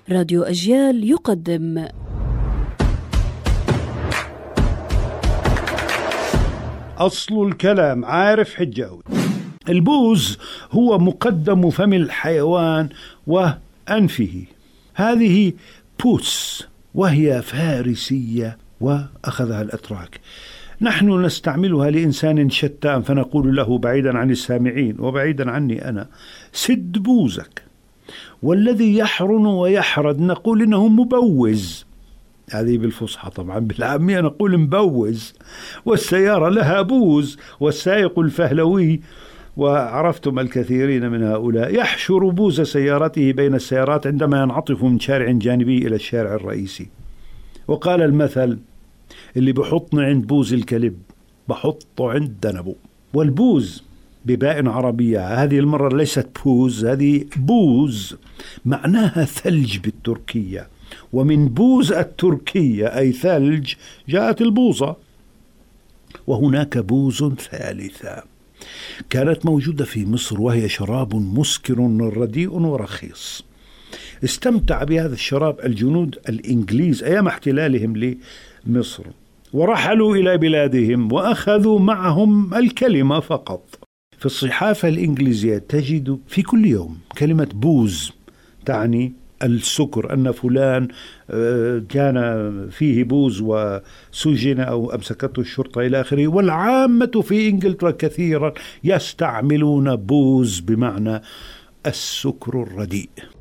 راديو أجيال يقدم أصل الكلام. عارف حجاوي. البوز هو مقدم فم الحيوان وأنفه. هذه بوس وهي فارسية وأخذها الأتراك. نحن نستعملها لإنسان شتان فنقول له بعيدا عن السامعين وبعيدا عني أنا: سد بوزك. والذي يحرن ويحرد نقول إنه مبوز. هذه بالفصحى، طبعا بالعامية نقول مبوز. والسيارة لها بوز، والسائق الفهلوي وعرفتم الكثيرين من هؤلاء يحشر بوز سيارته بين السيارات عندما ينعطف من شارع جانبي إلى الشارع الرئيسي. وقال المثل: اللي بحطني عند بوز الكلب بحطه عند دنبه. والبوز بباء عربية، هذه المرة ليست بوز، هذه بوز، معناها ثلج بالتركية. ومن بوز التركية أي ثلج جاءت البوظة. وهناك بوز ثالثة كانت موجودة في مصر، وهي شراب مسكر رديء ورخيص. استمتع بهذا الشراب الجنود الإنجليز أيام احتلالهم لمصر، ورحلوا إلى بلادهم وأخذوا معهم الكلمة فقط. في الصحافة الإنجليزية تجد في كل يوم كلمة بوز تعني السكر، أن فلان كان فيه بوز وسجن أو أمسكته الشرطة إلى آخره. والعامة في إنجلترا كثيرا يستعملون بوز بمعنى السكر الرديء.